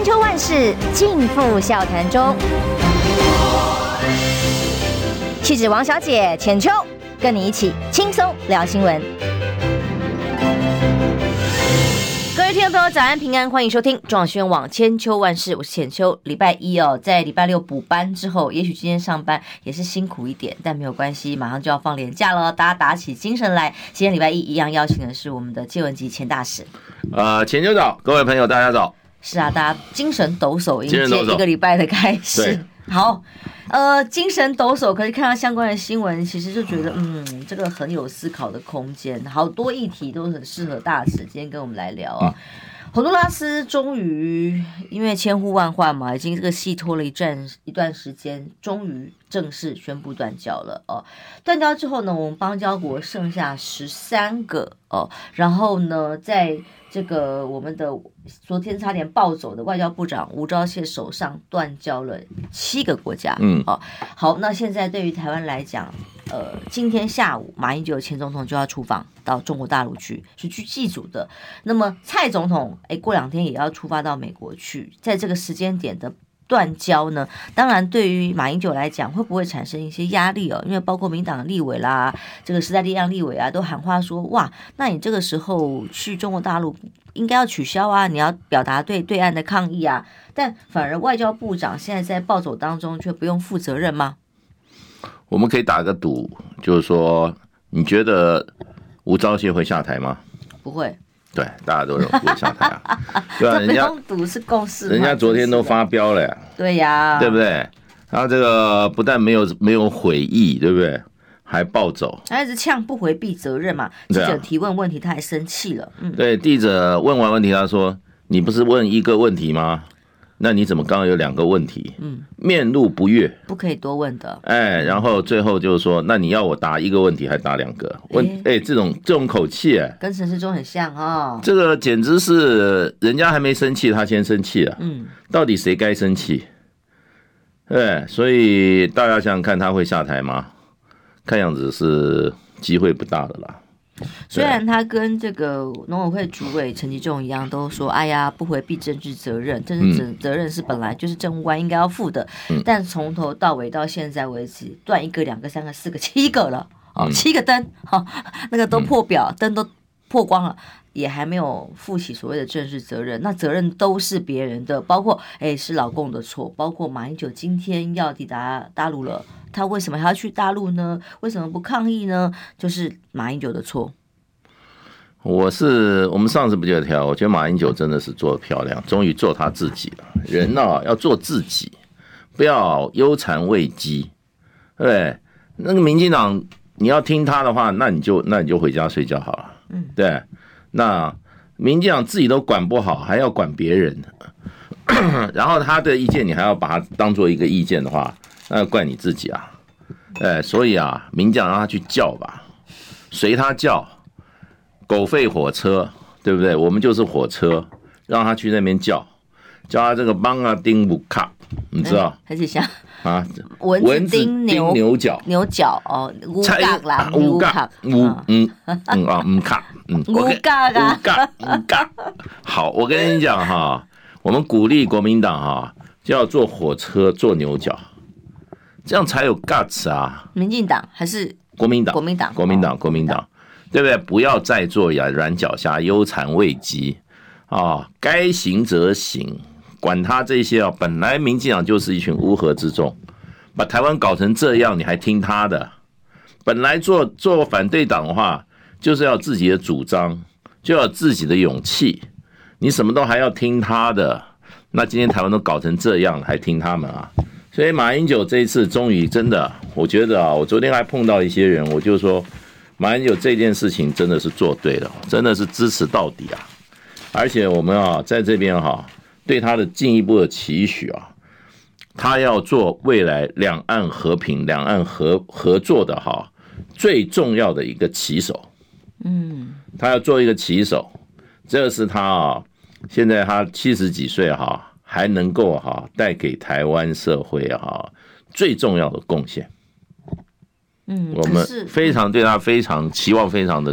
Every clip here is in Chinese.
秋万事尽付笑谈中。气质王小姐浅秋，跟你一起轻松聊新闻。各位听众朋友，早安平安，欢迎收听中广新闻网千秋万事，我是浅秋。礼拜一在礼拜六补班之后，也许今天上班也是辛苦一点，但没有关系，马上就要放连假了，大家打起精神来。今天礼拜一一样邀请的是我们的介文集钱大使。 浅秋早，各位朋友大家早。 是啊，大家精神抖擞迎接一个礼拜的开始。好，精神抖擞，可是看到相关的新闻，其实就觉得，这个很有思考的空间，好多议题都很适合大使今天跟我们来聊啊。洪都拉斯终于因为千呼万唤嘛，已经这个戏拖了一段时间，终于正式宣布断交了哦。断交之后呢，我们邦交国剩下13个哦，然后呢，在这个我们的昨天差点暴走的外交部长吴钊燮手上断交了7个国家。好，那现在对于台湾来讲，今天下午马英九前总统就要出访到中国大陆去，是去祭祖的。那么蔡总统过2天也要出发到美国去，在这个时间点的断交呢，当然对于马英九来讲会不会产生一些压力哦？因为包括民党的立委啦，这个时代力量立委啊，都喊话说，哇，那你这个时候去中国大陆应该要取消啊，你要表达对对岸的抗议啊，但反而外交部长现在在暴走当中却不用负责任吗？ 我们可以打个赌，就是说，你觉得吴钊燮会下台吗？ 不会。 对，大家都认为不会下台啊。对啊， 人家不用赌是共识， 人家昨天都发飙了呀。 对呀， 对不对？他这个不但没有悔意，对不对？还暴走， 他一直呛不回避责任嘛。记者提问问题，他还生气了。 对，记者问完问题，他说：“你不是问一个问题吗？那你怎么刚刚有2个问题？面露不悦， 不可以多问的。 然后最后就是说，那你要我答1个问题，还答2个？这种口气， 跟陈时中很像哦。 这个简直是人家还没生气，他先生气了。到底谁该生气？对，所以大家想想看，他会下台吗？看样子是机会不大的啦。 虽然他跟这个农委会主委陈吉仲一样，都说哎呀不回避政治责任，政治责任是本来就是政务官应该要负的，但从头到尾到现在为止，断1个、2个、3个、4个、7个了，7个灯，那个都破表，灯都破光了。也还没有负起所谓的政治责任，那责任都是别人的，包括是老共的错，包括马英九今天要抵达大陆了，他为什么还要去大陆呢？为什么不抗议呢？就是马英九的错。 我们上次不就有调？我觉得马英九真的是做得漂亮，终于做他自己了。人要做自己，不要忧谗畏讥，对不对？那个民进党你要听他的话，那你就回家睡觉好了。对。那民进党自己都管不好，还要管别人，然后他的意见你还要把它当做一个意见的话，那怪你自己啊。所以啊，民进党让他去叫吧，随他叫，狗吠火车，对不对？我们就是火车，让他去那边叫他这个邦啊丁姆卡，你知道？ 还是像啊， 蚊子叮牛角哦，乌嘎啦，乌卡， 乌卡。 乌嘎。 好，我跟你讲哈，我们鼓励国民党哈，就要坐火车坐牛角，这样才有 guts 啊。 民进党还是国民党？国民党，对不对？不要再做软脚虾、忧谗畏讥啊，该行则行，管他这些啊。本来民进党就是一群乌合之众，把台湾搞成这样，你还听他的？本来做反对党的话，就是要自己的主张，就要自己的勇气，你什么都还要听他的，那今天台湾都搞成这样了，还听他们啊？所以马英九这一次终于真的，我觉得啊，我昨天还碰到一些人，我就说马英九这件事情真的是做对了，真的是支持到底啊！而且我们啊，在这边哈，对他的进一步的期许啊，他要做未来两岸和平、两岸合作的哈最重要的一个旗手。他要做一个旗手，这是他啊，现在他70几岁哈，还能够哈带给台湾社会哈最重要的贡献。我们非常对他非常期望非常的深。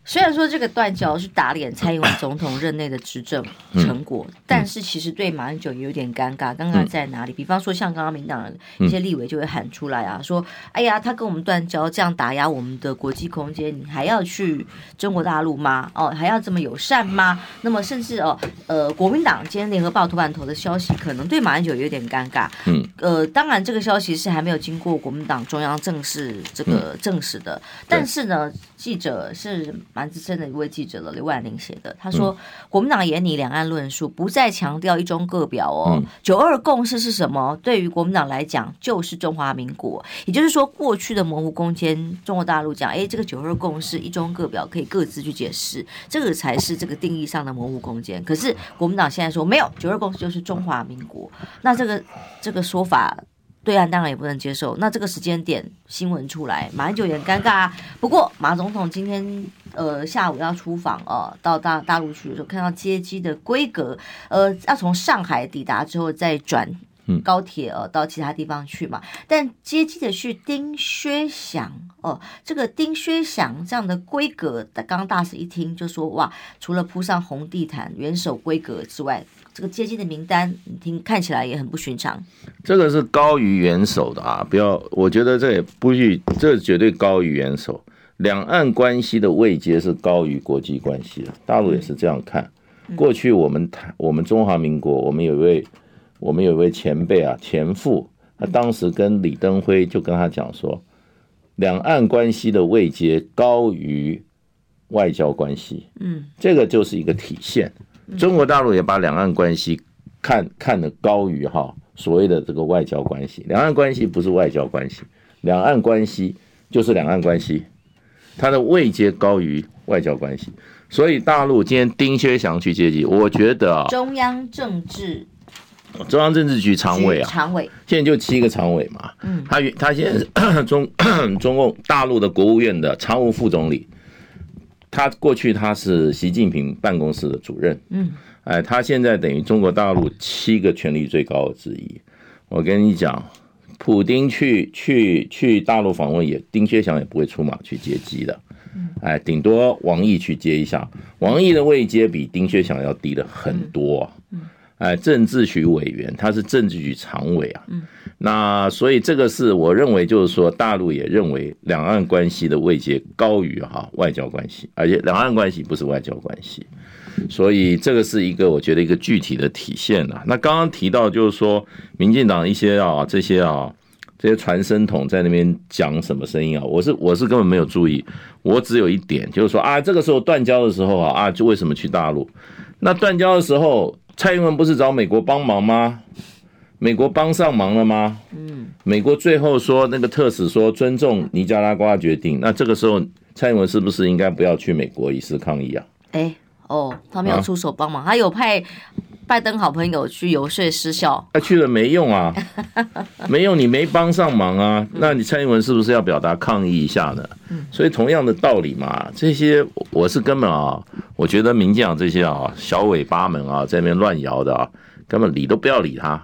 虽然说这个断交是打脸蔡英文总统任内的执政成果，但是其实对马英九也有点尴尬。尴尬在哪里？比方说像刚刚民党的一些立委就会喊出来啊，说：“哎呀，他跟我们断交，这样打压我们的国际空间，你还要去中国大陆吗？哦，还要这么友善吗？”那么甚至国民党今天联合报头版头的消息，可能对马英九有点尴尬。当然这个消息是还没有经过国民党中央正式证实的，但是呢，记者是蛮资深的一位记者了，刘婉玲写的。他说，国民党也拟两岸论述，不再强调一中各表哦。9·2共识是什么？对于国民党来讲，就是中华民国。也就是说，过去的模糊空间，中国大陆讲，这个9·2共识、一中各表可以各自去解释，这个才是这个定义上的模糊空间。可是国民党现在说没有，9·2共识就是中华民国。那这个说法，对岸当然也不能接受。那这个时间点新闻出来，马英九也很尴尬啊。不过马总统今天下午要出访到大陆去的时候，看到接机的规格，要从上海抵达之后再转高铁到其他地方去嘛。但接机的是丁薛祥这个丁薛祥这样的规格，刚刚大使一听就说哇，除了铺上红地毯、元首规格之外，这个接机的名单，你听看起来也很不寻常。 这个是高于元首的啊！不要，我觉得这也不许，这绝对高于元首。两岸关系的位阶是高于国际关系的，大陆也是这样看。过去我们中华民国，我们有一位前辈啊，前父，他当时跟李登辉就跟他讲说，两岸关系的位阶高于外交关系。这个就是一个体现。中国大陆也把两岸关系看得高于所谓的这个外交关系。两岸关系不是外交关系，两岸关系就是两岸关系，它的位阶高于外交关系。所以大陆今天丁薛祥去接机，我觉得中央政治局常委现在就7个常委嘛。他现在是中共大陆的国务院的常务副总理。他过去他是习近平办公室的主任，他现在等于中国大陆7个权力最高的之一。我跟你讲，普丁去大陆访问丁薛祥也不会出马去接机的，顶多王毅去接一下，王毅的位阶比丁薛祥要低了很多政治局委员，他是政治局常委啊。那所以这个是我认为就是说，大陆也认为两岸关系的位阶高于外交关系，而且两岸关系不是外交关系，所以这个是一个我觉得一个具体的体现啊。那刚刚提到就是说，民进党一些这些传声筒在那边讲什么声音啊，我是根本没有注意，我只有一点就是说这个时候断交的时候就为什么去大陆？那断交的时候，蔡英文不是找美国帮忙吗？美国帮上忙了吗？美国最后说那个特使说尊重尼加拉瓜决定，那这个时候蔡英文是不是应该不要去美国以示抗议啊？ 他没有出手帮忙，他有派拜登好朋友去游说失效， 他去了没用啊，没用，你没帮上忙啊，那你蔡英文是不是要表达抗议一下呢？所以同样的道理嘛，这些我是根本我觉得民进党这些小尾巴们在那边乱摇的根本理都不要理他。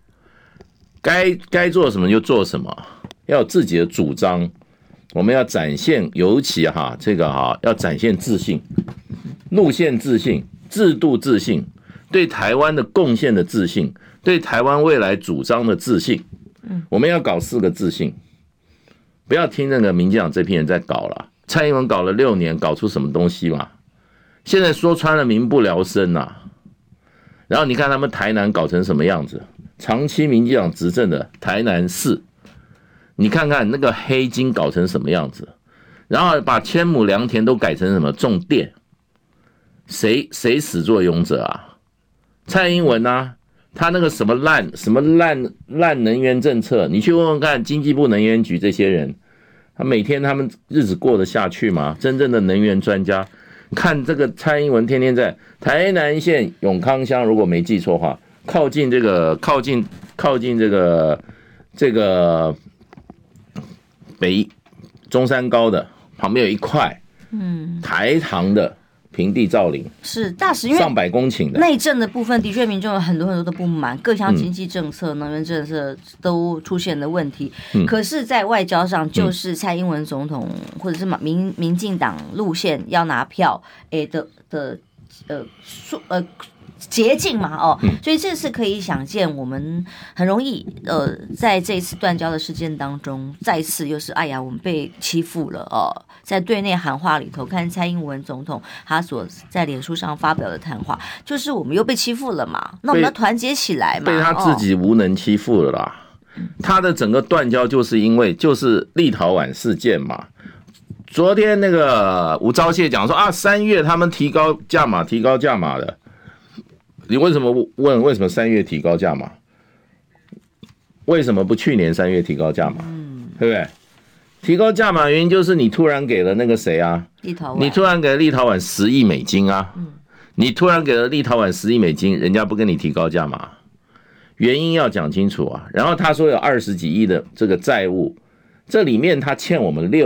该做什么就做什么，要有自己的主张，我们要展现，尤其这个要展现自信，路线自信，制度自信，对台湾的贡献的自信，对台湾未来主张的自信。我们要搞4个自信，不要听那个民进党这批人在搞了。蔡英文搞了6年，搞出什么东西嘛？现在说穿了民不聊生啊。然后你看他们台南搞成什么样子？长期民进党执政的台南市，你看看那个黑金搞成什么样子，然后把千亩良田都改成什么种电，谁始作俑者啊？蔡英文啊，他那个什么烂能源政策，你去问问看经济部能源局这些人，他每天他们日子过得下去吗？真正的能源专家看这个蔡英文天天在台南县永康乡，如果没记错的话，靠近这个北中山高的旁边有一块台糖的平地造林， 是大使，因为上百公顷的内政的部分，的确民众有很多的不满，各项经济政策、能源政策都出现了问题。可是，在外交上，就是蔡英文总统或者是民进党路线要拿票捷径嘛，所以这是可以想见，我们很容易在这一次断交的事件当中，再次又是哎呀，我们被欺负了在对内喊话里头，看蔡英文总统他所在脸书上发表的谈话，就是我们又被欺负了嘛，那我们要团结起来嘛， 被他自己无能欺负了啦。他的整个断交就是因为就是立陶宛事件嘛。昨天那个吴钊燮讲说3月他们提高价码的。你为什么问为什么3月提高价码？为什么不去年3月提高价码？对不对？提高价码原因就是你突然给了那个谁啊？你突然给了立陶宛10亿美金啊！你突然给了立陶宛10亿美金，人家不跟你提高价码，原因要讲清楚啊。然后他说有20几亿的这个债务，这里面他欠我们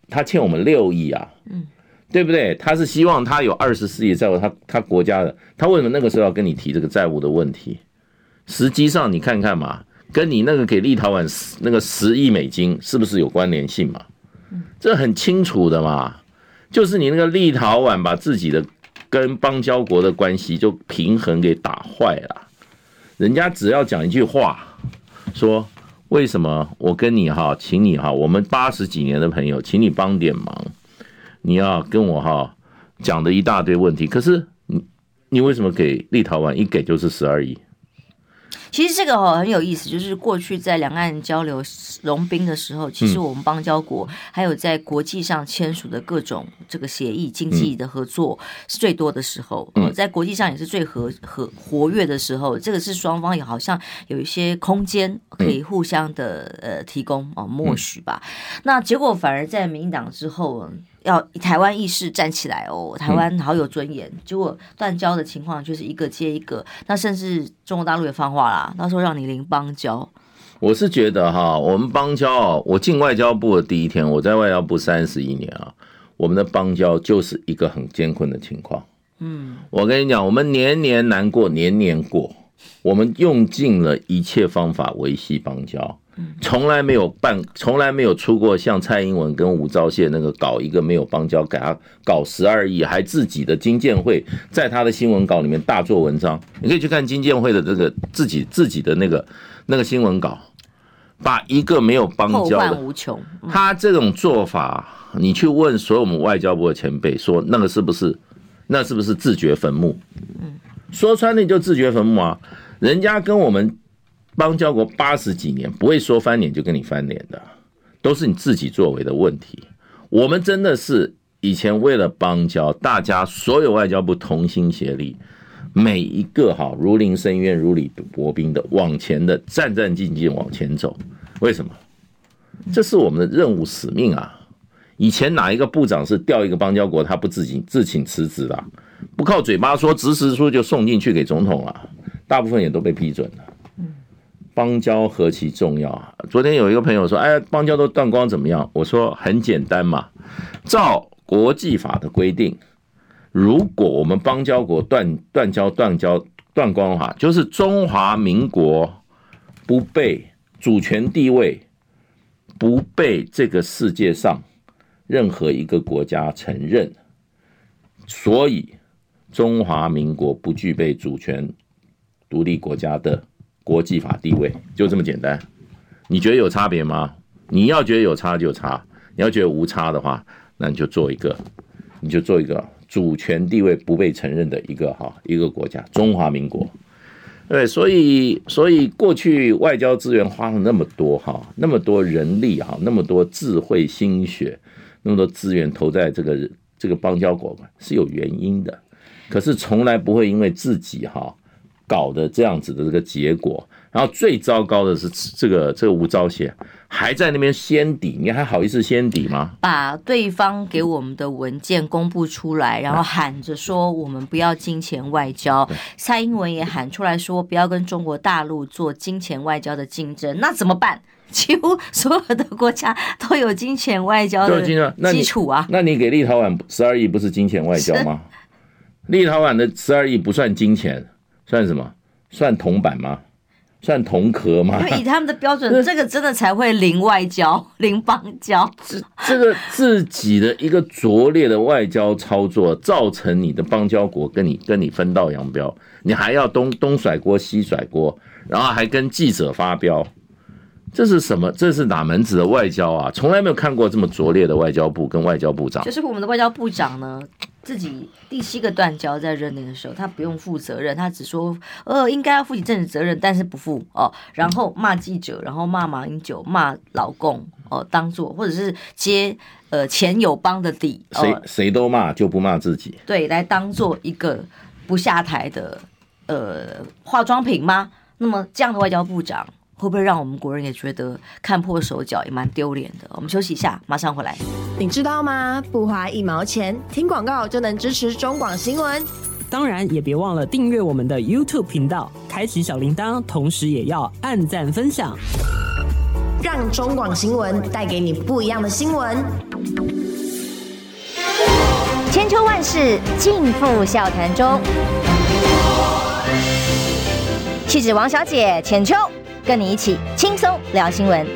6亿啊。对不对？他是希望他有24亿债务，他国家的，他为什么那个时候要跟你提这个债务的问题？实际上你看看嘛，跟你那个给立陶宛那个10亿美金是不是有关联性嘛？这很清楚的嘛，就是你那个立陶宛把自己的跟邦交国的关系就平衡给打坏了。人家只要讲一句话，说为什么我跟你请你我们80几年的朋友，请你帮点忙。你要跟我讲的一大堆问题，可是你为什么给立陶宛一给就是12亿？ 其实这个很有意思，就是过去在两岸交流融冰的时候，其实我们邦交国还有在国际上签署的各种这个协议、经济的合作是最多的时候，在国际上也是最活跃的时候。这个是双方也好像有一些空间可以互相的提供默许吧。那结果反而在民进党之后，要台湾意识站起来台湾好有尊严，结果断交的情况就是一个接一个，那甚至中国大陆也放话啦，到时候让你零邦交。 我是觉得我们邦交我进外交部的第一天，我在外交部31年我们的邦交就是一个很艰困的情况。我跟你讲，我们年年难过，年年过，我们用尽了一切方法维系邦交。从来没有出过像蔡英文跟吴钊燮那个搞一个没有邦交，给他搞12亿，还自己的经建会在他的新闻稿里面大做文章。你可以去看经建会的这个自己的那个新闻稿，把一个没有邦交的后患无穷。 他这种做法，你去问所有我们外交部的前辈，说那是不是自掘坟墓？说穿了就自掘坟墓啊！人家跟我们邦交国80几年，不会说翻脸就跟你翻脸的，都是你自己作为的问题。我们真的是以前为了邦交，大家所有外交部同心协力，每一个如临深渊、如履薄冰的往前的战战兢兢往前走。为什么？这是我们的任务使命啊！以前哪一个部长是调一个邦交国，他不自请辞职啦，不靠嘴巴说，直识书就送进去给总统了，大部分也都被批准了。邦交何其重要啊！昨天有一个朋友说：“邦交都断光怎么样？”我说：“很简单嘛，照国际法的规定，如果我们邦交国断光的话，就是中华民国不被主权地位不被这个世界上任何一个国家承认，所以中华民国不具备主权独立国家的国际法地位，就这么简单。你觉得有差别吗？你要觉得有差就差，你要觉得无差的话，那你就做一个主权地位不被承认的一个国家，中华民国。对，所以过去外交资源花了那么多人力那么多智慧心血，那么多资源投在这个邦交国是有原因的，可是从来不会因为自己搞的这样子的这个结果。然后最糟糕的是这个吴钊燮还在那边先底，你还好意思先底吗？ 把对方给我们的文件公布出来，然后喊着说我们不要金钱外交，蔡英文也喊出来说不要跟中国大陆做金钱外交的竞争，那怎么办？几乎所有的国家都有金钱外交的基础啊。 那你给立陶宛12亿不是金钱外交吗？ 立陶宛的12亿不算金钱，算什么？算铜板吗？算铜壳吗？ 因为以他们的标准，这个真的才会零外交、零邦交。 这个自己的一个拙劣的外交操作，造成你的邦交国跟你分道扬镳，你还要东甩锅西甩锅，然后还跟记者发飙，这是什么？这是哪门子的外交啊？从来没有看过这么拙劣的外交部跟外交部长。 就是我们的外交部长呢，自己第7个断交在任内的时候，他不用负责任，他只说应该要负起政治责任，但是不负哦。然后骂记者，然后骂马英九，骂老共哦，当做或者是接前友邦的底， 谁都骂就不骂自己， 对，来当做一个不下台的化妆品吗？那么这样的外交部长，会不会让我们国人也觉得看破手脚，也蛮丢脸的？我们休息一下，马上回来。 你知道吗？不花1毛钱，听广告就能支持中广新闻。 当然也别忘了订阅我们的 YouTube 频道，开启小铃铛，同时也要按赞分享， 让中广新闻带给你不一样的新闻。 千秋万世尽付笑谈中。气质王小姐浅秋，跟你一起轻松聊新闻。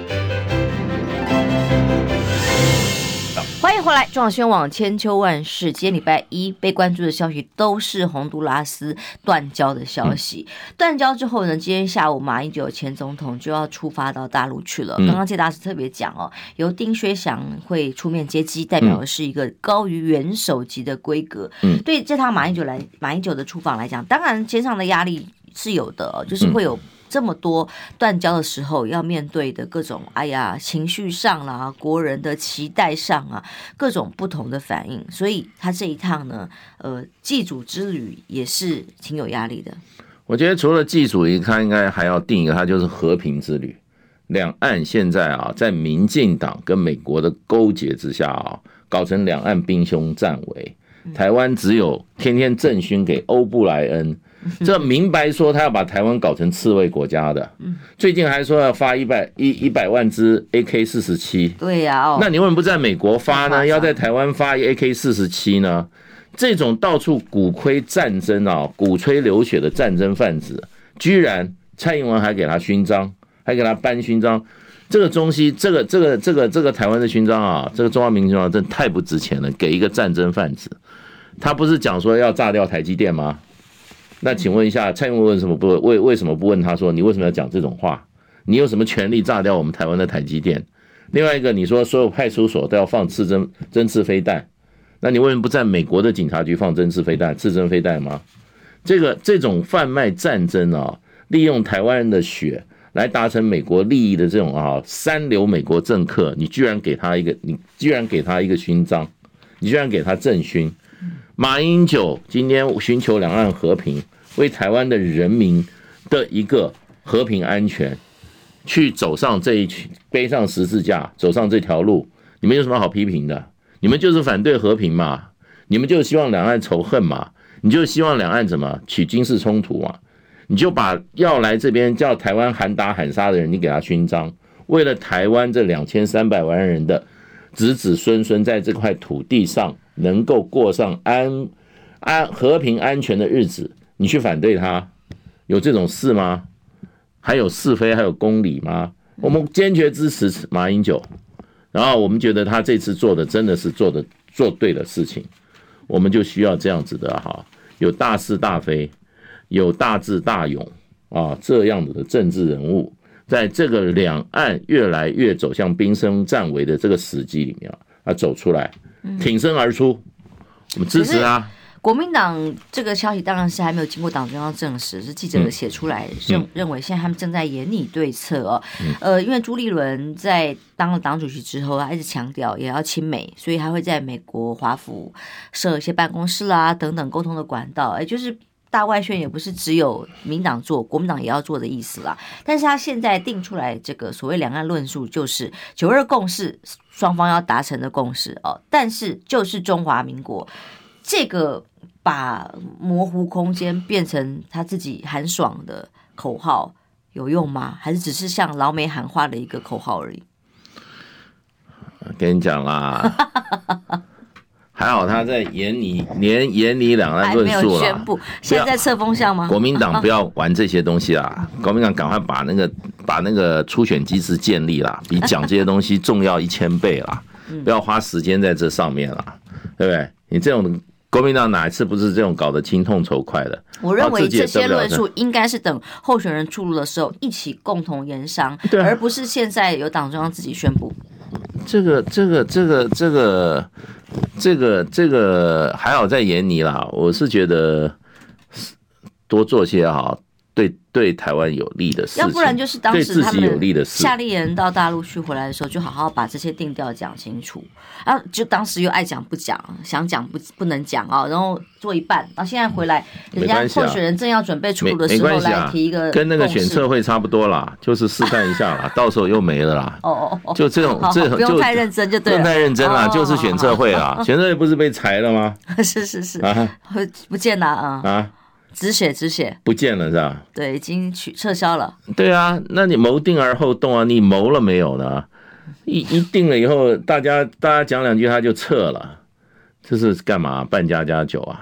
欢迎回来，中广新闻网千秋万世。今天礼拜一被关注的消息都是洪都拉斯断交的消息。断交之后呢，今天下午马英九前总统就要出发到大陆去了。刚刚谢大使特别讲哦，由丁薛祥会出面接机，代表的是一个高于元首级的规格。对这趟马英九的出访来讲，当然肩上的压力是有的哦，就是会有这么多断交的时候要面对的各种情绪上啦，国人的期待上啊，各种不同的反应，所以他这一趟呢祭祖之旅也是挺有压力的。 我觉得除了祭祖，他应该还要定一个，他就是和平之旅。两岸现在啊，在民进党跟美国的勾结之下啊，搞成两岸兵凶战危，台湾只有天天赠勋给欧布莱恩，这明白说他要把台湾搞成刺猬国家的。最近还说要发100万支 AK-47。 对呀， 那你为什么不在美国发呢？要在台湾发 AK-47 呢？这种到处鼓吹战争啊、鼓吹流血的战争贩子，居然蔡英文还给他勋章，还给他颁勋章。这个东西，这个台湾的勋章啊，这个中华民国勋章真的太不值钱了，给一个战争贩子。他不是讲说要炸掉台积电吗？那请问一下，蔡英文为什么不问他说，你为什么要讲这种话？你有什么权利炸掉我们台湾的台积电？另外一个，你说所有派出所都要放针刺飞弹，那你为什么不在美国的警察局放针刺飞弹、刺针飞弹吗？这种贩卖战争啊，利用台湾人的血来达成美国利益的这种三流美国政客，你居然给他一个勋章，你居然给他政勋。马英九今天寻求两岸和平，为台湾的人民的一个和平安全，去走上背上十字架，走上这条路，你们有什么好批评的？你们就是反对和平嘛，你们就希望两岸仇恨嘛，你就希望两岸怎么起军事冲突嘛，你就把要来这边叫台湾喊打喊杀的人，你给他勋章，为了台湾这2300万人的子子孙孙在这块土地上能够过上和平安全的日子，你去反对他，有这种事吗？还有是非，还有公理吗？我们坚决支持马英九，然后我们觉得他这次做的真的是做对的事情，我们就需要这样子的有大是大非，有大智大勇这样的政治人物，在这个两岸越来越走向兵凶战危的这个时机里面走出来，挺身而出，我们支持他。 国民党这个消息当然是还没有经过党中央证实，是记者写出来，认为现在他们正在研拟对策因为朱立伦在当了党主席之后，他一直强调也要亲美，所以他会在美国华府设一些办公室啦等等沟通的管道，就是大外宣也不是只有民党做，国民党也要做的意思啦。但是他现在定出来这个所谓两岸论述，就是9·2共识，双方要达成的共识但是就是中华民国这个把模糊空间变成他自己很爽的口号有用吗？还是只是像老美喊话的一个口号而已？ 跟你讲啦， 还好他在研拟两岸论述了， 还没有宣布，现在测风向吗？ 国民党不要玩这些东西啦，国民党赶快把那个初选机制建立啦，比讲这些东西重要1000倍啦，不要花时间在这上面啦，对不对？你这种国民党哪一次不是这种搞得亲痛仇快的？ 我认为这些论述应该是等候选人出炉的时候一起共同研商，而不是现在由党中央自己宣布。 这个还好在研拟啦，我是觉得多做些好，对台湾有利的事情， 要不然就是当时他们夏立言到大陆去回来的时候，就好好把这些定调讲清楚。然后就当时又爱讲不讲，想讲不能讲啊，然后做一半，然后现在回来，人家候选人正要准备出炉的时候来提一个， 跟那个选测会差不多啦，就是试探一下啦，到时候又没了啦。就这种不用太认真就对了， 不用太认真啦，就是选测会啦，选测会不是被裁了吗？ 是啊，不见了啊。止血不见了是吧？ 对，已经撤销了。 对啊，那你谋定而后动啊，你谋了没有呢？一定了以后，大家讲两句他就撤了，这是干嘛？办++9啊？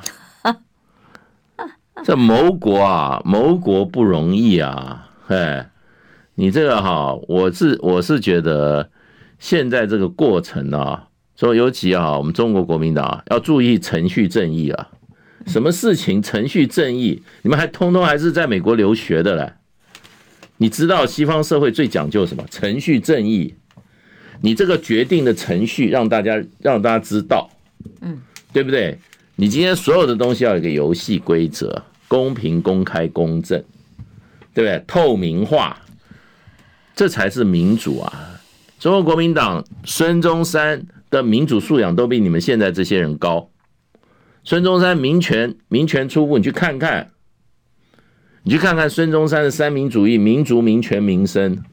这谋国不容易啊！哎，你这个哈，我是觉得现在这个过程啊，说尤其啊，我们中国国民党要注意程序正义啊。什么事情程序正义？你们通通还是在美国留学的嘞？你知道西方社会最讲究什么？程序正义。你这个决定的程序让大家知道，对不对？你今天所有的东西要有一个游戏规则，公平、公开、公正，对不对？透明化，这才是民主啊！中国国民党孙中山的民主素养都比你们现在这些人高。孙中山民权初步，你去看看孙中山的三民主义，民族、民权、民生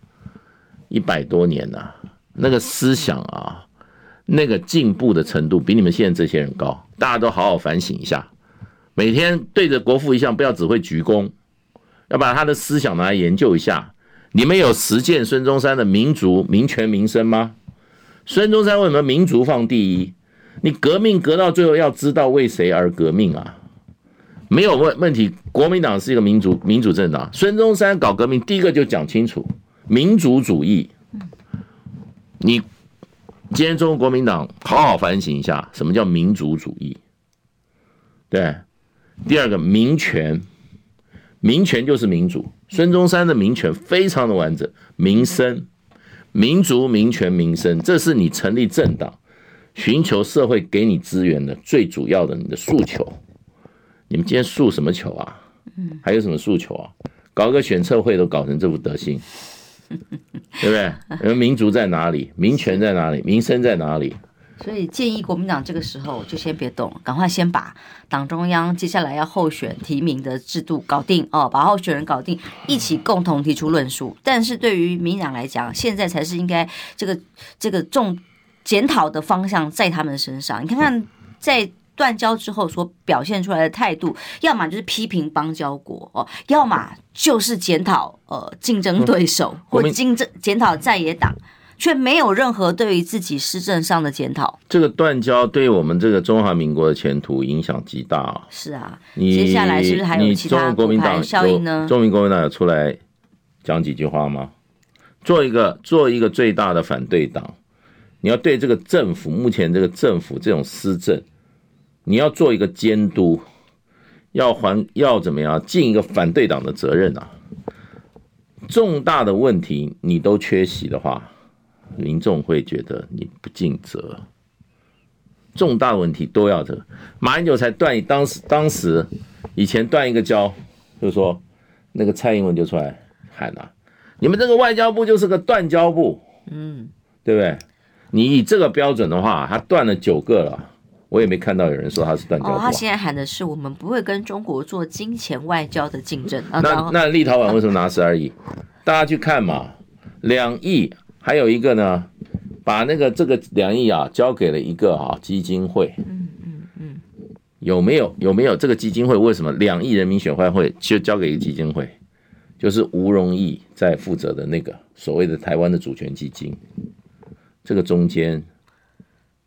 ，100多年啊，那个思想啊，那个进步的程度比你们现在这些人高，大家都好好反省一下。每天对着国父遗像，不要只会鞠躬，要把他的思想拿来研究一下。你们有实践孙中山的民族、民权、民生吗？孙中山为什么民族放第一？你革命革到最后要知道为谁而革命啊？没有问题。国民党是一个民主政党，孙中山搞革命第一个就讲清楚民族主义。你今天中国国民党好好反省一下，什么叫民族主义？对，第二个民权就是民主。孙中山的民权非常的完整，民生、民族、民权、民生，这是你成立政党。寻求社会给你资源的最主要的你的诉求，你们今天诉什么求啊？还有什么诉求啊？搞个选测会都搞成这副德行，对不对？你们民族在哪里？民权在哪里？民生在哪里？ 所以建议国民党这个时候就先别动，赶快先把党中央接下来要候选提名的制度搞定哦，把候选人搞定，一起共同提出论述。但是对于民党来讲，现在才是应该这个重检讨的方向在他们身上。你看看在断交之后所表现出来的态度，要么就是批评邦交国哦，要么就是检讨竞争对手或检讨在野党，却没有任何对于自己施政上的检讨。 这个断交对我们这个中华民国的前途影响极大啊！ 是啊，接下来是不是还有其他骨牌效应呢？ 中民国民党有出来讲几句话吗？做一个最大的反对党。你要对这个政府，目前这个政府这种施政，你要做一个监督，要怎么样尽一个反对党的责任啊？重大的问题你都缺席的话，民众会觉得你不尽责。重大的问题都要这个。马英九才断，当时以前断一个交，就是说那个蔡英文就出来喊啊，你们这个外交部就是个断交部，对不对？你以这个标准的话，他断了9个了，我也没看到有人说他是断交部。 他现在喊的是我们不会跟中国做金钱外交的竞争。 那立陶宛为什么拿12亿？大家去看嘛，2亿，还有一个呢，把这个2亿啊交给了一个基金会。有没有这个基金会？为什么2亿人民选换会就交给一个基金会？就是吴荣义在负责的那个所谓的台湾的主权基金。这个中间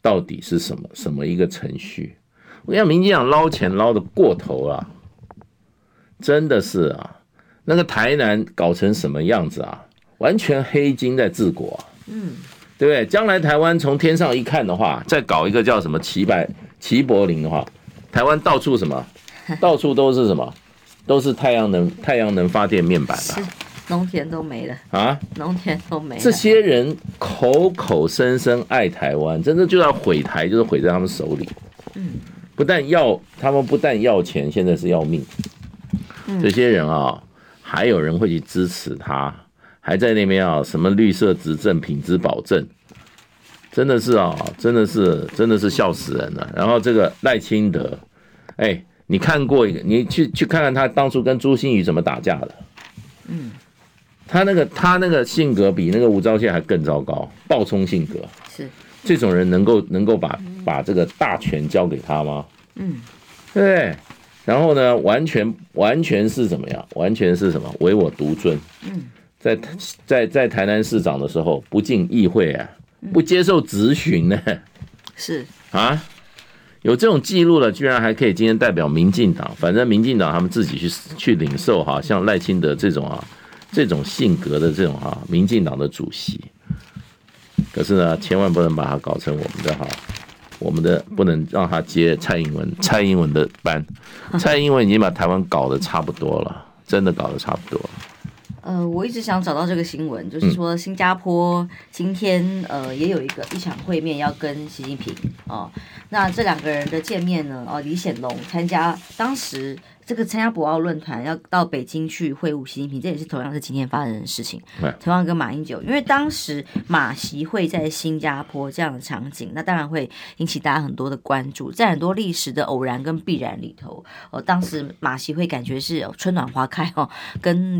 到底是什么一个程序？我跟你讲，民进党捞钱捞得过头了，真的是啊，那个台南搞成什么样子啊？完全黑金在治国啊，对不对？将来台湾从天上一看的话，再搞一个叫什么齐柏林的话，台湾到处什么，到处都是什么，都是太阳能发电面板了， 农田都没了啊， 农田都没了。 这些人口口声声爱台湾，真的就要毁台，就是毁在他们手里。他们不但要钱，现在是要命。这些人啊，还有人会去支持他，还在那边啊，什么绿色执政、品质保证，真的是啊，真的是笑死人了。然后这个赖清德，你看过一个，你去看看他当初跟朱馨予怎么打架的。他那个性格比那个吴钊燮还更糟糕，暴冲性格。 是这种人能够把这个大权交给他吗？对。然后呢，完全是怎么样？完全是什么？唯我独尊。在台南市长的时候，不进议会啊，不接受质询呢。 是啊，有这种记录了，居然还可以今天代表民进党。反正民进党他们自己去领受哈，像赖清德这种性格的这种民进党的主席。可是呢，千万不能把它搞成我们的不能让他接蔡英文的班。蔡英文已经把台湾搞得差不多了，真的搞得差不多了。 我一直想找到这个新闻，就是说新加坡今天也有一场会面要跟习近平哦。那这两个人的见面呢，李显龙参加当时参加博鳌论坛，要到北京去会晤习近平，这也是同样是今天发生的事情。同样跟马英九，因为当时马习会在新加坡这样的场景，那当然会引起大家很多的关注，在很多历史的偶然跟必然里头，当时马习会感觉是春暖花开跟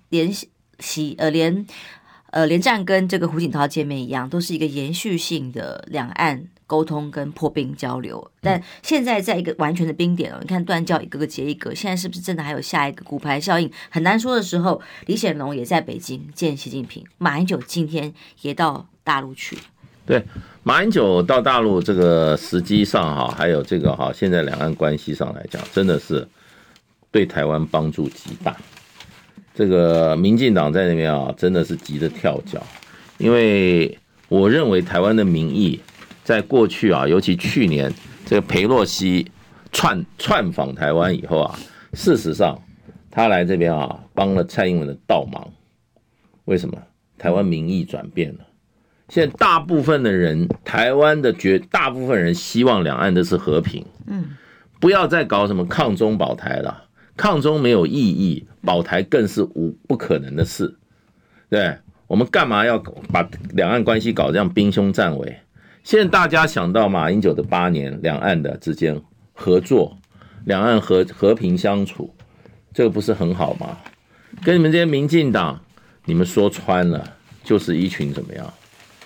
连战跟这个胡锦涛见面一样，都是一个延续性的两岸沟通跟破冰交流。但现在在一个完全的冰点你看断交一个个接一个，现在是不是真的还有下一个骨牌效应很难说的时候，李显龙也在北京见习近平，马英九今天也到大陆去。 对，马英九到大陆这个时机上还有这个现在两岸关系上来讲，真的是对台湾帮助极大。这个民进党在那边真的是急得跳脚，因为我认为台湾的民意在过去尤其去年这个裴洛西串访台湾以后事实上他来这边帮了蔡英文的倒忙。为什么？台湾民意转变了，现在大部分的人，台湾的大部分人希望两岸的是和平，不要再搞什么抗中保台了。抗中没有意义，保台更是不可能的事。对，我们干嘛要把两岸关系搞这样兵凶战危？现在大家想到马英九的8年，两岸的之间合作，两岸和平相处，这个不是很好吗？跟你们这些民进党，你们说穿了，就是一群怎么样？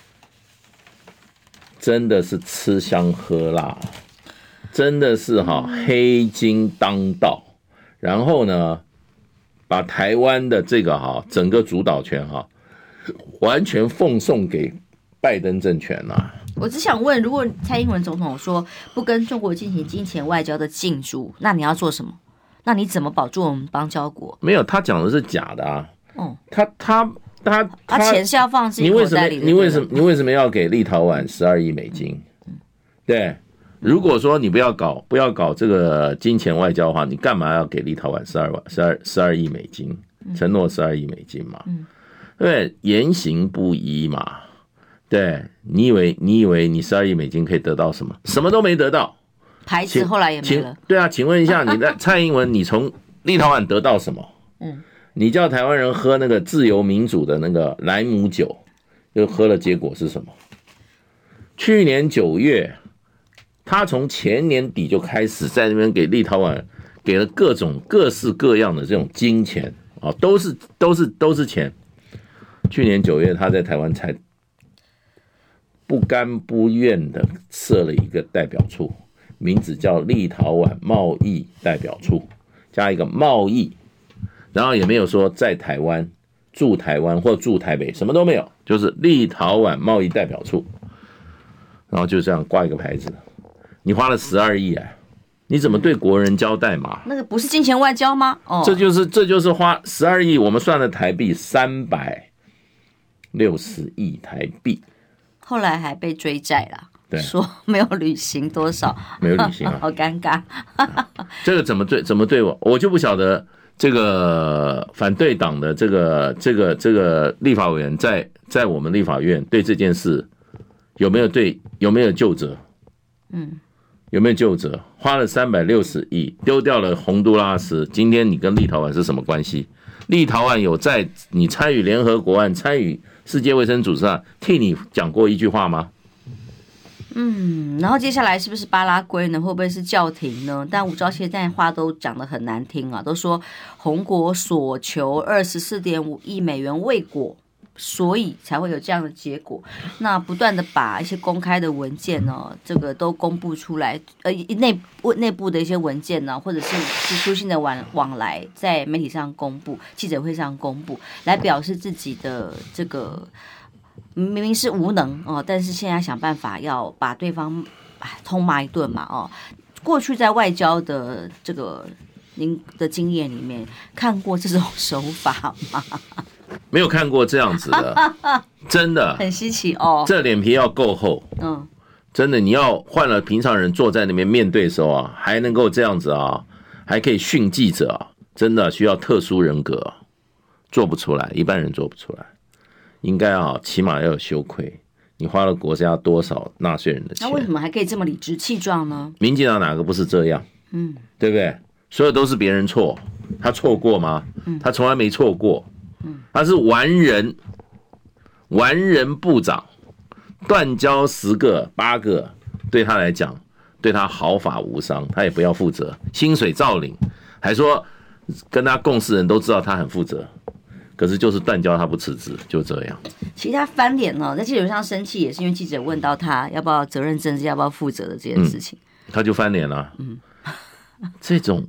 真的是吃香喝辣，真的是黑金当道。然后呢，把台湾的这个整个主导权完全奉送给拜登政权了。 我只想问，如果蔡英文总统说不跟中国进行金钱外交的竞逐，那你要做什么？那你怎么保住我们邦交国？ 没有，他讲的是假的他钱是要放自己口袋里的。 你为什么要给立陶宛12亿美金？对。如果说你不要搞这个金钱外交的话，你干嘛要给立陶宛12亿美金？承诺12亿美金嘛？对，言行不一嘛。对，你以为你12亿美金可以得到什么？什么都没得到， 牌子后来也没了。 对啊，请问一下，你的蔡英文，你从立陶宛得到什么？你叫台湾人喝那个自由民主的那个莱姆酒，又喝了，结果是什么？去年9月。他从前年底就开始在那边给立陶宛给了各式各样的这种金钱都是钱。去年9月他在台湾才不甘不愿的设了一个代表处，名字叫立陶宛贸易代表处，加一个贸易，然后也没有说在台湾住台湾或住台北，什么都没有，就是立陶宛贸易代表处。 然后就这样挂一个牌子，你花了12亿啊，你怎么对国人交代嘛？ 那个不是金钱外交吗？哦， 这就是花12亿，我们算了台币360亿台币， 后来还被追债了。 对， 说没有履行多少， 没有履行啊， 好尴尬。 这个怎么对我就不晓得。这个反对党的这个立法委员在我们立法院对这件事有没有究责？有没有究责？花了360亿，丢掉了洪都拉斯，今天你跟立陶宛是什么关系？立陶宛有在你参与联合国案、参与世界卫生组织上替你讲过一句话吗？ 然后接下来是不是巴拉圭呢？会不会是叫停呢？但吴钊燮现在话都讲得很难听啊，都说红国所求24.5亿美元未果，所以才会有这样的结果。那不断的把一些公开的文件呢，这个都公布出来，内部的一些文件呢，或者是书信的往来，在媒体上公布，记者会上公布，来表示自己的这个。明明是无能哦，但是现在想办法要把对方痛骂一顿嘛哦。过去在外交的这个您的经验里面，看过这种手法吗？ 没有看过这样子的，真的很稀奇哦。 这脸皮要够厚，真的，你要换了平常人坐在那边面对的时候啊，还能够这样子啊，还可以训记者啊，真的需要特殊人格啊，做不出来，一般人做不出来。应该啊，起码要有羞愧。你花了国家多少纳税人的钱？ 那为什么还可以这么理直气壮呢？ 民进党哪个不是这样？对不对？所有都是别人错，他错过吗？他从来没错过。他是完人部长，断交10个8个，对他来讲，对他毫发无伤，他也不要负责，薪水照领，还说跟他共事人都知道他很负责。可是就是断交他不辞职，就这样。 其实他翻脸了，在记者会上生气，也是因为记者问到他要不要责任政治，要不要负责的这件事情， 他就翻脸了。这种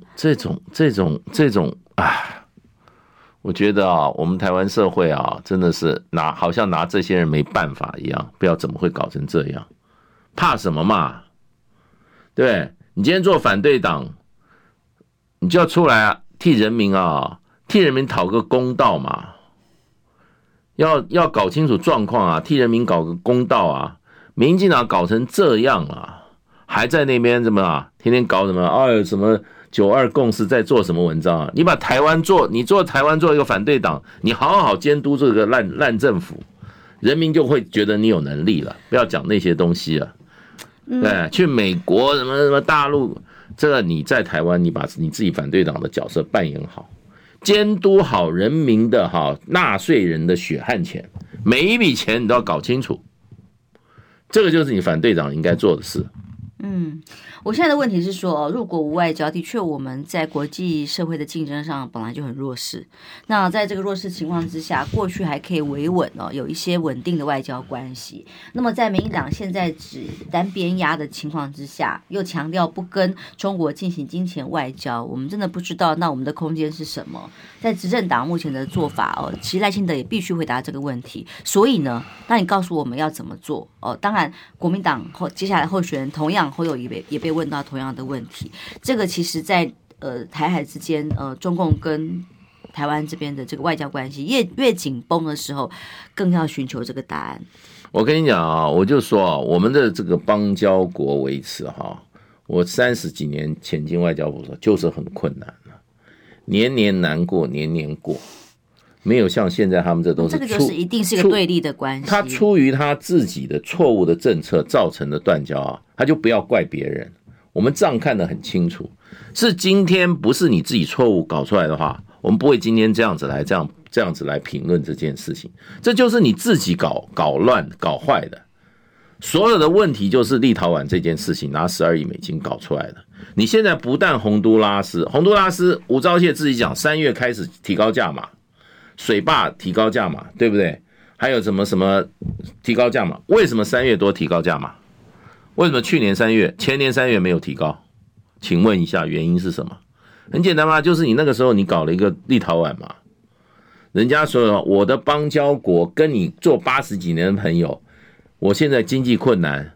我觉得啊，我们台湾社会啊，真的是好像拿这些人没办法一样，不知道怎么会搞成这样，怕什么嘛？对，你今天做反对党，你就要出来啊，替人民讨个公道嘛，要搞清楚状况啊，替人民搞个公道啊。民进党搞成这样啊，还在那边怎么啊，天天搞什么什么92共识在做什么文章啊？你把台湾你做台湾做一个反对党，你好好监督这个烂政府，人民就会觉得你有能力了。不要讲那些东西了。对，去美国什么大陆，这个你在台湾，你把你自己反对党的角色扮演好。监督好人民的纳税人的血汗钱，每一笔钱你都要搞清楚，这个就是你反对党应该做的事。 我现在的问题是说，入国无外交，的确我们在国际社会的竞争上本来就很弱势。那在这个弱势情况之下，过去还可以维稳有一些稳定的外交关系。那么在民进党现在只单边压的情况之下，又强调不跟中国进行金钱外交，我们真的不知道那我们的空间是什么。在执政党目前的做法其实赖清德也必须回答这个问题。所以呢，那你告诉我们要怎么做当然国民党接下来候选人同样侯友宜也被问到同样的问题。这个其实在台海之间中共跟台湾这边的这个外交关系越紧绷的时候，更要寻求这个答案。 我跟你讲啊，我就说我们的这个邦交国维持我30几年前进外交部的时候就是很困难年年难过，年年过，没有像现在他们这都是这个就是一定是个对立的关系。 他出于他自己的错误的政策造成的断交他就不要怪别人。我们账看得很清楚，是今天不是你自己错误搞出来的话，我们不会今天这样子来评论这件事情。这就是你自己搞乱搞坏的。所有的问题就是立陶宛这件事情拿12亿美金搞出来的。你现在不但洪都拉斯吴钊燮自己讲3月开始提高价码，水坝提高价码，对不对？还有什么提高价码？为什么3月多提高价码？为什么去年3月、前年3月没有提高？请问一下原因是什么？很简单嘛，就是你那个时候你搞了一个立陶宛嘛，人家说我的邦交国跟你做80几年的朋友，我现在经济困难，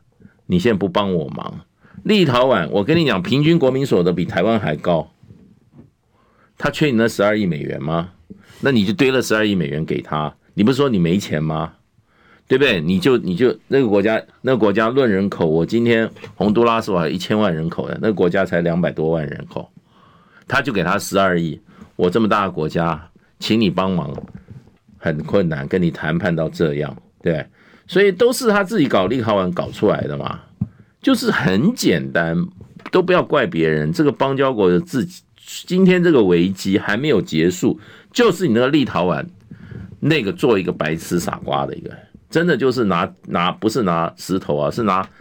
你现在不帮我忙。立陶宛，我跟你讲，平均国民所得比台湾还高，他缺你那12亿美元吗？那你就堆了12亿美元给他，你不是说你没钱吗？对不对？你就那个国家论人口，我今天洪都拉斯我还有1000万人口的，那个国家才200多万人口，他就给他12亿，我这么大的国家，请你帮忙，很困难，跟你谈判到这样，对，所以都是他自己搞立陶宛搞出来的嘛，就是很简单，都不要怪别人，这个邦交国的自己，今天这个危机还没有结束，就是你那个立陶宛那个做一个白痴傻瓜的一个。真的就是不是拿石头啊，是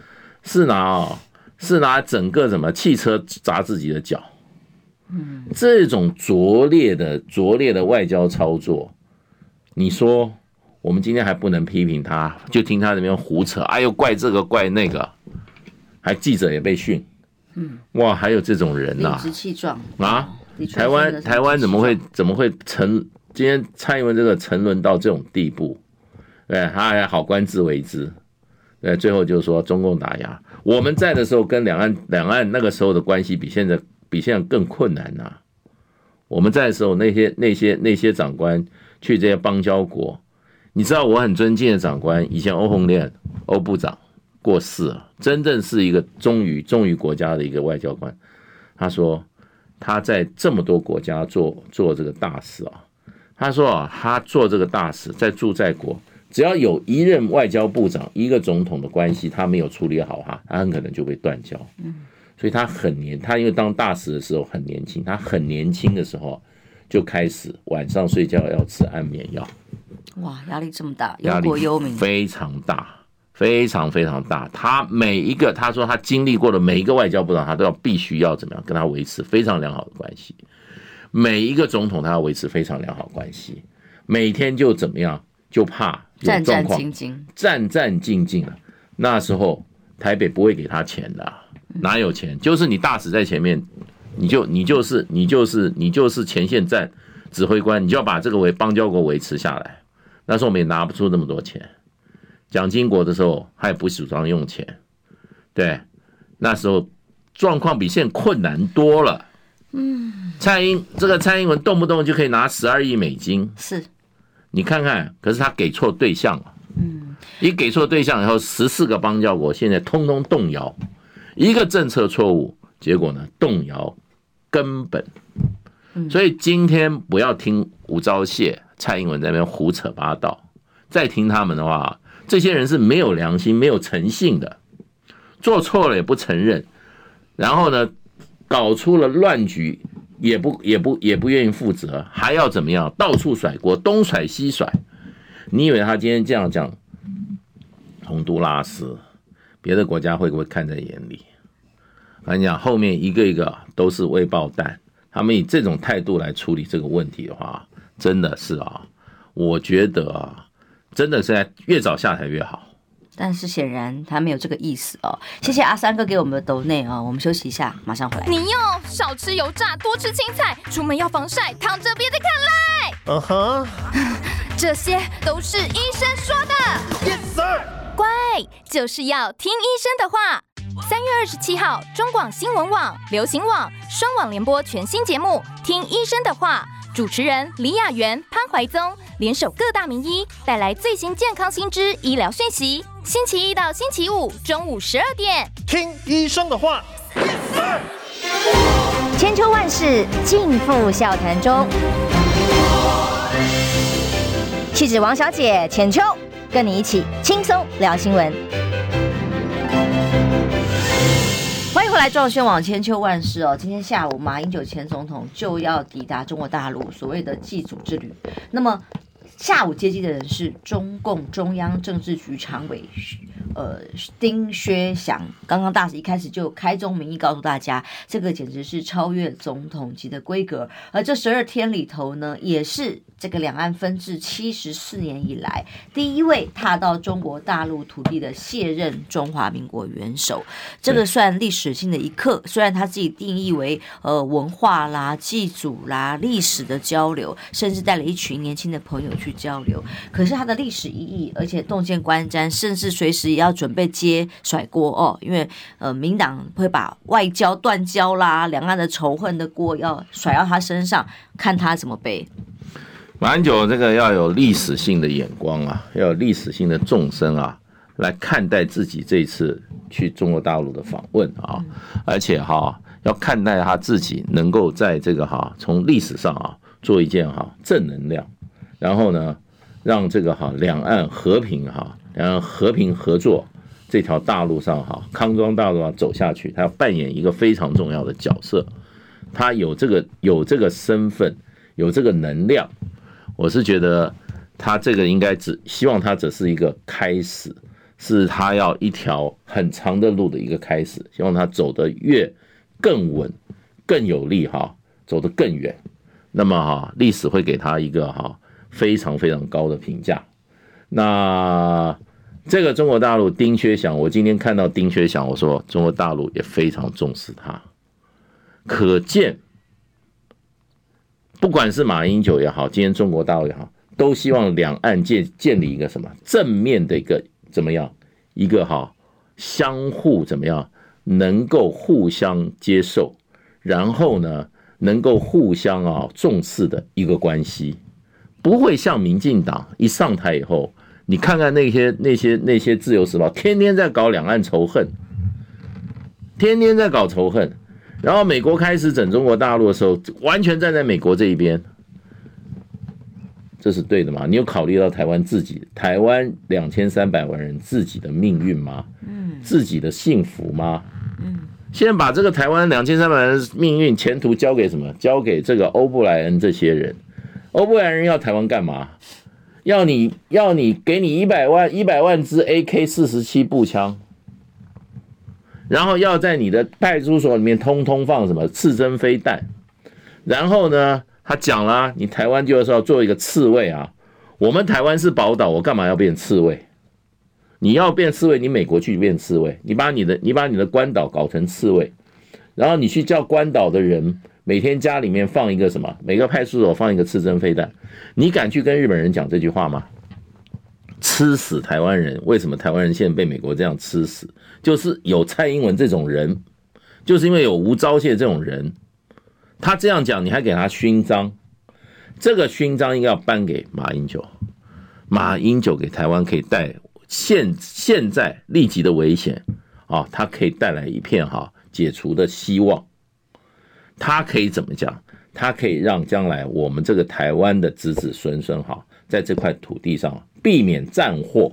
拿整个什么汽车砸自己的脚，这种拙劣的外交操作，你说我们今天还不能批评他，就听他那边胡扯，哎呦怪这个怪那个，还记者也被训，哇，还有这种人呐， 理直气壮啊！台湾怎么会今天蔡英文这个沉沦到这种地步？对，他还好官自为之，对，最后就是说中共打压，我们在的时候跟两岸那个时候的关系比现在更困难呐、啊。我们在的时候，那些长官去这些邦交国，你知道我很尊敬的长官，以前欧鸿烈欧部长过世了，真正是一个忠于国家的一个外交官。他说他在这么多国家做这个大使啊，他说啊，他做这个大使在驻在国。只要有一任外交部长一个总统的关系他没有处理好他很可能就被断交。所以他因为当大使的时候很年轻，他很年轻的时候就开始晚上睡觉要吃安眠药。 哇，压力这么大，忧国忧民， 非常大，非常非常大。他说他经历过的每一个外交部长，他都必须要怎么样跟他维持非常良好的关系。每一个总统他要维持非常良好的关系，每天就怎么样，就怕有状况，战战兢兢了。那时候台北不会给他钱的、啊，哪有钱？就是你大使在前面，你就是前线战指挥官，你就要把这个邦交国维持下来。那时候我们也拿不出那么多钱，蒋经国的时候他也不主张用钱，对，那时候状况比现在困难多了。蔡英文动不动就可以拿12亿美金， 是。 你看看，可是他给错对象了。一给错对象以后，14个邦交国现在通通动摇，一个政策错误，结果呢动摇根本。所以今天不要听吴钊燮、蔡英文在那边胡扯八道，再听他们的话，这些人是没有良心、没有诚信的，做错了也不承认，然后呢搞出了乱局。也不愿意负责，还要怎么样？到处甩锅，东甩西甩。你以为他今天这样讲，洪都拉斯，别的国家会不会看在眼里？我跟你讲，后面一个一个都是未爆弹。他们以这种态度来处理这个问题的话，真的是啊，我觉得啊，真的是越早下台越好。 但是显然他没有这个意思哦。谢谢阿三哥给我们的抖内啊，我们休息一下，马上回来。 你哟，少吃油炸，多吃青菜，出门要防晒，躺着别再看赖。这些都是医生说的。Yes sir。乖，就是要听医生的话。3月27号，中广新闻网、流行网双网联播全新节目《听医生的话》。主持人李雅媛、潘怀宗联手各大名医，带来最新健康新知、医疗讯息。星期一到星期五中午12点， 听医生的话。 千秋万世尽付笑谈中。气质王小姐浅秋，跟你一起轻松聊新闻。 欢迎回来，中宣网千秋万世哦。今天下午，马英九前总统就要抵达中国大陆，所谓的祭祖之旅。那么下午接机的人是中共中央政治局常委丁薛祥。刚刚大使一开始就开宗明义告诉大家，这个简直是超越总统级的规格。而这12天里头呢，也是这个两岸分治74年以来第一位踏到中国大陆土地的卸任中华民国元首，这个算历史性的一刻。虽然他自己定义为文化啦、祭祖啦、历史的交流，甚至带了一群年轻的朋友去交流，可是他的历史意义，而且洞见观瞻，甚至随时也要准备接甩锅哦，因为民党会把外交断交啦、两岸的仇恨的锅要甩到他身上，看他怎么背。 马英九这个要有历史性的眼光啊，要有历史性的纵深啊，来看待自己这一次去中国大陆的访问啊，而且要看待他自己能够在这个从历史上做一件正能量，然后呢让这个两岸和平两岸和平合作这条大路上康庄大路上走下去，他要扮演一个非常重要的角色，他有这个身份，有这个能量。我是觉得他这个应该希望他只是一个开始，是他要一条很长的路的一个开始，希望他走得更稳更有力走得更远，那么历史会给他一个非常非常高的评价。那这个中国大陆丁薛祥，我今天看到丁薛祥，我说中国大陆也非常重视他，可见不管是马英九也好，今天中国大陆也好，都希望两岸建立一个什么正面的一个怎么样一个相互怎么样能够互相接受，然后呢能够互相重视的一个关系，不会像民进党一上台以后，你看看那些自由时报天天在搞两岸仇恨，天天在搞仇恨。然后美国开始整中国大陆的时候，完全站在美国这一边，这是对的吗？你有考虑到台湾2300万人自己的命运吗？自己的幸福吗？现在把这个台湾2300万人的命运前途交给什么？交给这个欧布莱恩这些人。欧布莱恩要台湾干嘛？要你给你100万支 AK-47 步枪。然后要在你的派出所里面通通放什么刺针飞弹，然后呢，他讲了，你台湾就是要做一个刺猬啊，我们台湾是宝岛，我干嘛要变刺猬？你要变刺猬，你美国去变刺猬，你把你的关岛搞成刺猬，然后你去叫关岛的人每天家里面放一个什么，每个派出所放一个刺针飞弹，你敢去跟日本人讲这句话吗？吃死台湾人，为什么台湾人现在被美国这样吃死？就是有蔡英文这种人，就是因为有吴钊燮这种人，他这样讲，你还给他勋章，这个勋章应该要颁给马英九。马英九给台湾可以带现在立即的危险他可以带来一片解除的希望。他可以怎么讲？他可以让将来我们这个台湾的子子孙孙在这块土地上避免战火，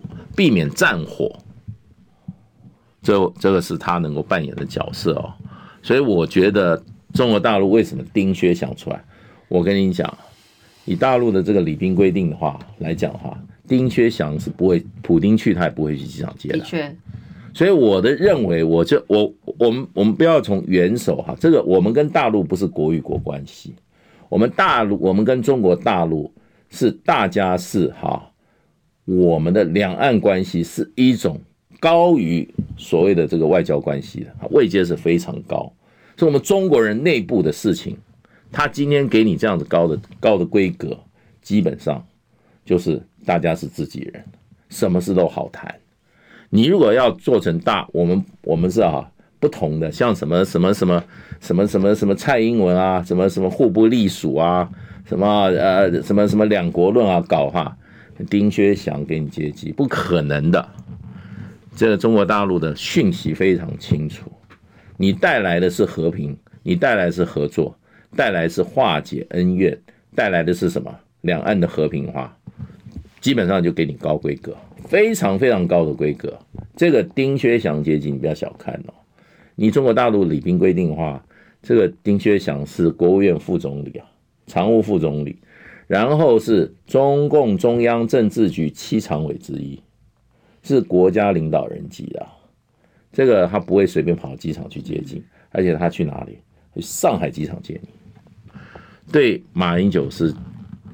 这个是他能够扮演的角色所以我觉得中国大陆为什么丁薛祥出来，我跟你讲，以大陆的这个礼宾规定的话来讲的话，丁薛祥是不会，普丁去他也不会去机场接的。 的确， 所以我的认为，我们不要从元首这个我们跟大陆不是国与国关系，我们跟中国大陆是大家是我们的两岸关系是一种高于所谓的这个外交关系的，位阶是非常高，是我们中国人内部的事情。他今天给你这样子高的规格，基本上就是大家是自己人，什么事都好谈。你如果要做成我们是不同的，像什么蔡英文啊，什么互不隶属啊，什么两国论搞丁薛祥给你接机，不可能的。这个中国大陆的讯息非常清楚，你带来的是和平，你带来的是合作，带来的是化解恩怨，带来的是什么？两岸的和平化，基本上就给你高规格，非常非常高的规格。这个丁薛祥接机你不要小看你中国大陆礼宾规定的话，这个丁薛祥是国务院副总理常务副总理，然后是中共中央政治局7常委之一，是国家领导人级的。这个他不会随便跑到机场去接机，而且他去哪里？去上海机场接你。对马英九是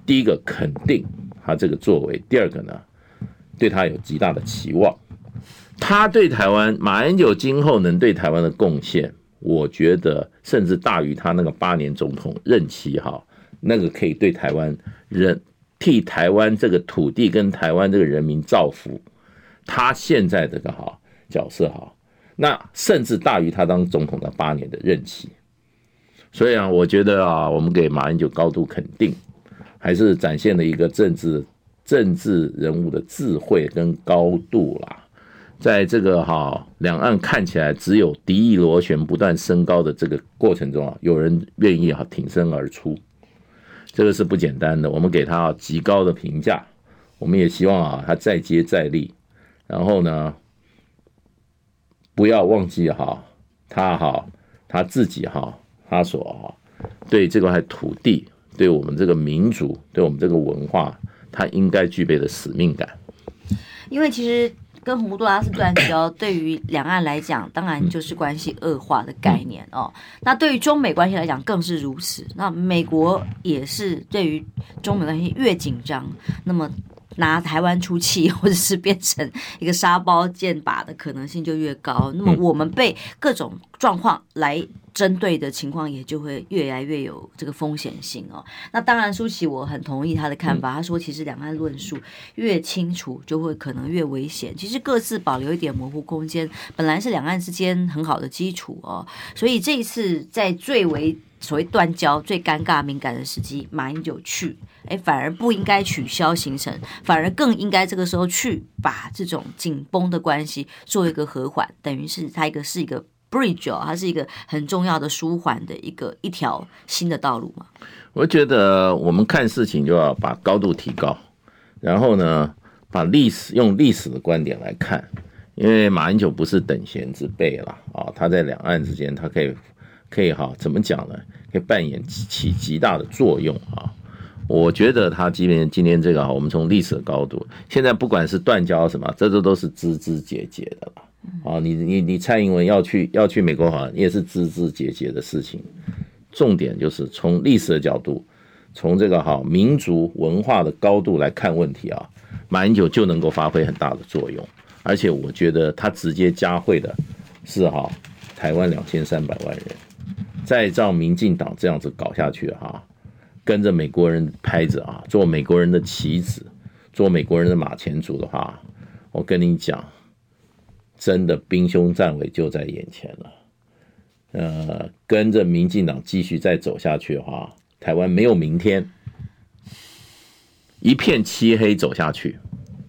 第一个肯定他这个作为，第二个呢，对他有极大的期望。他对台湾，马英九今后能对台湾的贡献，我觉得甚至大于他那个8年总统任期哈，那个可以对台湾人替台湾这个土地跟台湾这个人民造福。他现在这个角色那甚至大于他当总统的8年的任期。所以啊，我觉得啊，我们给马英九高度肯定，还是展现了一个政治人物的智慧跟高度啦。在这个两岸看起来只有敌意螺旋不断升高的这个过程中啊，有人愿意挺身而出，这个是不简单的。我们给他极高的评价，我们也希望他再接再厉。然后呢，不要忘记他自己他所对这块土地，对我们这个民族，对我们这个文化，他应该具备的使命感。 因为其实跟洪都拉斯断交对于两岸来讲，当然就是关系恶化的概念哦。那对于中美关系来讲更是如此。那美国也是对于中美关系越紧张，那么拿台湾出气，或者是变成一个沙包剑靶的可能性就越高。那么我们被各种状况来针对的情况也就会越来越有这个风险性哦。那当然，舒淇我很同意他的看法，他说其实两岸论述越清楚就会可能越危险。其实各自保留一点模糊空间，本来是两岸之间很好的基础哦。所以这一次在最为所谓断交最尴尬敏感的时机，马英九去，反而不应该取消行程，反而更应该这个时候去把这种紧绷的关系做一个和缓，等于是它是一个 bridge 它是一个很重要的舒缓的一条新的道路嘛。 我觉得我们看事情就要把高度提高，然后呢，把用历史的观点来看，因为马英九不是等闲之辈啦他在两岸之间，他可以怎么讲呢？可以扮演起极大的作用我觉得他今天这个我们从历史的高度，现在不管是断交什么，这都是枝枝节节的啦你蔡英文要去美国也是枝枝节节的事情。重点就是从历史的角度，从这个民族文化的高度来看问题马英九就能够发挥很大的作用。而且我觉得他直接加惠的是台湾2300万人。再照民进党这样子搞下去跟着美国人拍着做美国人的棋子，做美国人的马前卒的话，我跟你讲，真的兵凶战危就在眼前了。跟着民进党继续再走下去的话，台湾没有明天，一片漆黑走下去。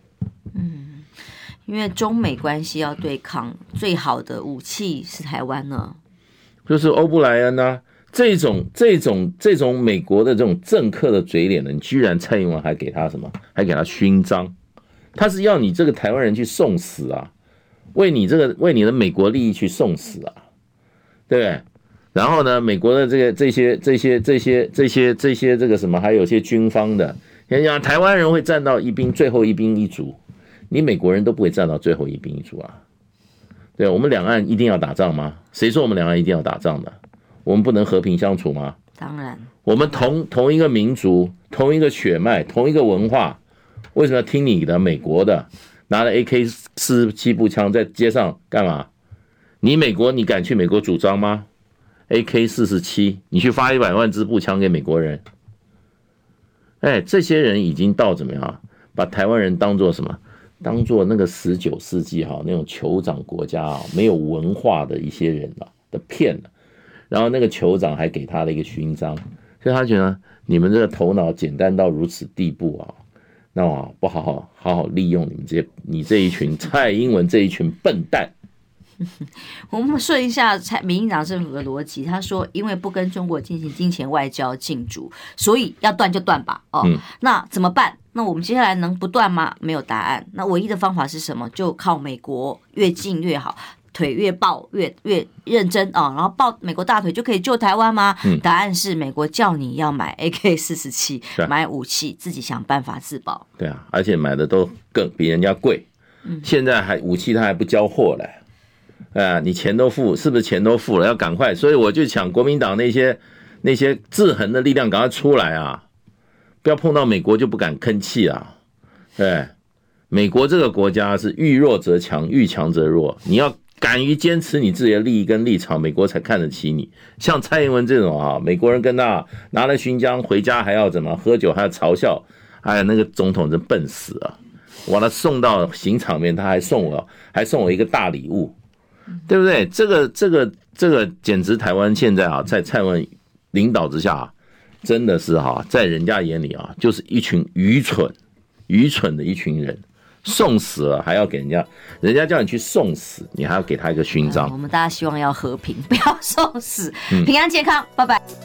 因为中美关系要对抗，最好的武器是台湾呢。 就是欧布莱恩这种美国的这种政客的嘴脸呢，你居然蔡英文还给他什么？还给他勋章？他是要你这个台湾人去送死为你的美国利益去送死对不对？然后呢，美国的这些这个什么，还有些军方的，人家台湾人会站到最后一兵一卒，你美国人都不会站到最后一兵一卒对，我们两岸一定要打仗吗？谁说我们两岸一定要打仗的？我们不能和平相处吗？ 当然， 我们同一个民族，同一个血脉，同一个文化，为什么要听你的美国的？拿了 AK-47步枪在街上干嘛？你美国，你敢去美国主张吗？ AK-47， 你去发100万支步枪给美国人？这些人已经到怎么样？把台湾人当作什么？当作那个19世纪那种酋长国家没有文化的一些人的骗了，然后那个酋长还给他了一个勋章，所以他觉得你们这个头脑简单到如此地步那不好好利用你这一群蔡英文这一群笨蛋。 我们顺一下民进党政府的逻辑，他说因为不跟中国进行金钱外交竞逐，所以要断就断吧那怎么办？那我们接下来能不断吗？没有答案。那唯一的方法是什么？就靠美国越近越好，腿越抱越认真然后抱美国大腿就可以救台湾吗？答案是美国叫你要买 AK-47，买武器，自己想办法自保。 对而且买的都更比人家贵。现在武器他还不交货嘞。你钱都付，是不是钱都付了？要赶快，所以我就抢国民党那些制衡的力量赶快出来不要碰到美国就不敢吭气啊。对，美国这个国家是遇弱则强，遇强则弱，你要敢于坚持你自己的利益跟立场，美国才看得起你。像蔡英文这种啊，美国人跟他拿了勋章回家还要怎么喝酒，还要嘲笑，哎呀，那个总统真笨死啊！我把他送到刑场面，他还送我一个大礼物，对不对？这个简直台湾现在啊，在蔡英文领导之下，真的是在人家眼里啊，就是一群愚蠢的一群人。送死了还要给人家叫你去送死，你还要给他一个勋章。 我们大家希望要和平，不要送死，平安健康，拜拜。